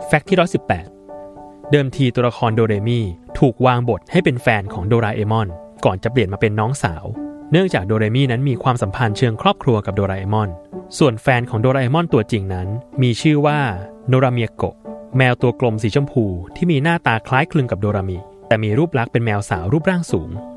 แฟกต์ที่118เดิมทีตัวละครโดเรมิถูกวางบทให้เป็นแฟนของโดราเอมอนก่อนจะเปลี่ยนมาเป็นน้องสาวเนื่องจากโดเรมินั้นมีความสัมพันธ์เชิงครอบครัวกับโดราเอมอนส่วนแฟนของโดราเอมอนตัวจริงนั้นมีชื่อว่าโนราเมียโกะแมวตัวกลมสีชมพูที่มีหน้าตาคล้ายคลึงกับโดรามิแต่มีรูปลักษณ์เป็นแมวสาวรูปร่างสูง